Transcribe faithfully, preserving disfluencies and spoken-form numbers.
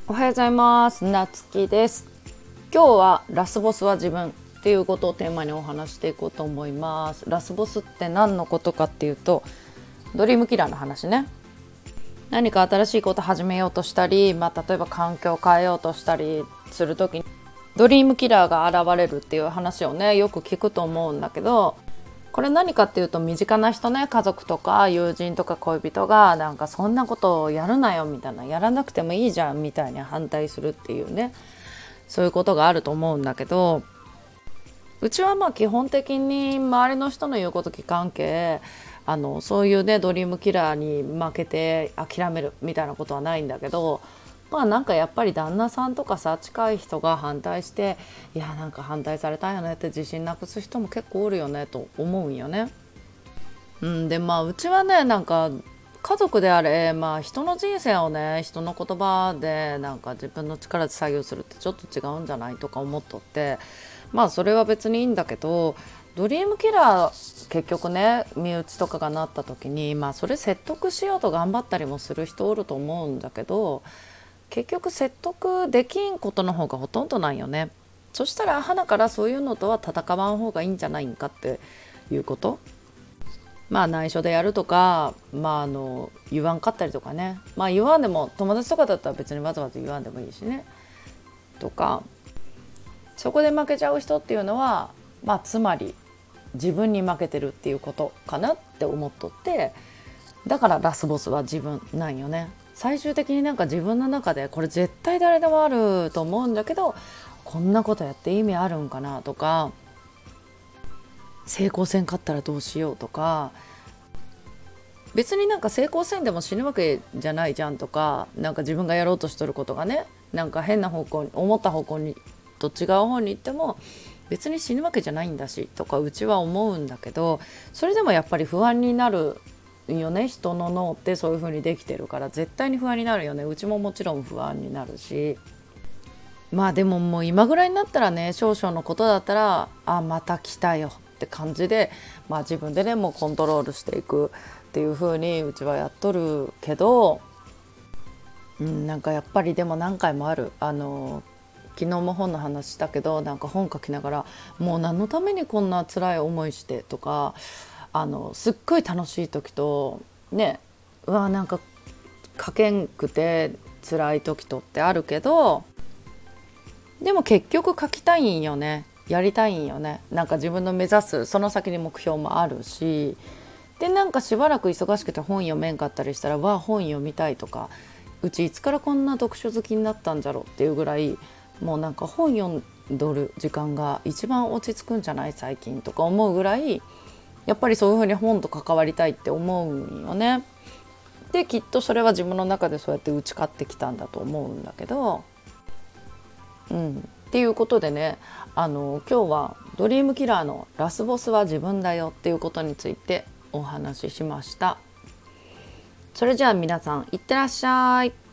おはようございます。なつきです。今日はラスボスは自分っていうことをテーマにお話していこうと思います。ラスボスって何のことかっていうと、ドリームキラーの話ね。何か新しいこと始めようとしたり、まあ、例えば環境を変えようとしたりするときにドリームキラーが現れるっていう話をね、よく聞くと思うんだけど、これ何かっていうと、身近な人ね、家族とか友人とか恋人がなんかそんなことをやるなよみたいな、やらなくてもいいじゃんみたいに反対するっていうね、そういうことがあると思うんだけど、うちはまあ基本的に周りの人の言うこと聞かんけ、あのそういうねドリームキラーに負けて諦めるみたいなことはないんだけど、まあなんかやっぱり旦那さんとかさ、近い人が反対して、いやなんか反対されたんよねって自信なくす人も結構おるよねと思うんよね。うん、でまあうちはね、なんか家族であれ、まあ人の人生をね、人の言葉でなんか自分の力で作業するってちょっと違うんじゃないとか思っとって、まあそれは別にいいんだけど、ドリームキラー結局ね、身内とかがなった時に、まあそれ説得しようと頑張ったりもする人おると思うんだけど、結局説得できんことの方がほとんどなんよね。そしたら花からそういうのとは戦わん方がいいんじゃないんかっていうこと。まあ内緒でやるとか、まああの言わんかったりとかね、まあ言わんでも、友達とかだったら別にわざわざ言わんでもいいしねとか、そこで負けちゃう人っていうのは、まあつまり自分に負けてるっていうことかなって思っとって、だからラスボスは自分なんよね。最終的になんか自分の中でこれ絶対誰でもあると思うんだけど、こんなことやって意味あるんかなとか、成功せんかったらどうしようとか、別になんか成功せんでも死ぬわけじゃないじゃんとか、なんか自分がやろうとしとることがね、なんか変な方向に、思った方向にと違う方に行っても別に死ぬわけじゃないんだしとか、うちは思うんだけど、それでもやっぱり不安になるよね。人の脳ってそういう風にできてるから絶対に不安になるよね。うちももちろん不安になるし、まあでももう今ぐらいになったらね、少々のことだったら、あまた来たよって感じで、まあ自分でねもうコントロールしていくっていう風にうちはやっとるけど、うん、なんかやっぱりでも何回もある。あの昨日も本の話したけど、なんか本書きながら、もう何のためにこんな辛い思いしてとか、あのすっごい楽しい時とね、うわなんか書けんくて辛い時とってあるけど、でも結局書きたいんよね、やりたいんよね。なんか自分の目指すその先に目標もあるし、でなんかしばらく忙しくて本読めんかったりしたら、わあ本読みたいとか、うちいつからこんな読書好きになったんじゃろっていうぐらい、もうなんか本読んどる時間が一番落ち着くんじゃない最近とか思うぐらい、やっぱりそういうふうに本と関わりたいって思うんよね。できっとそれは自分の中でそうやって打ち勝ってきたんだと思うんだけど、うん、っていうことでね、あの今日はドリームキラーのラスボスは自分だよっていうことについてお話ししました。それじゃあ皆さんいってらっしゃい。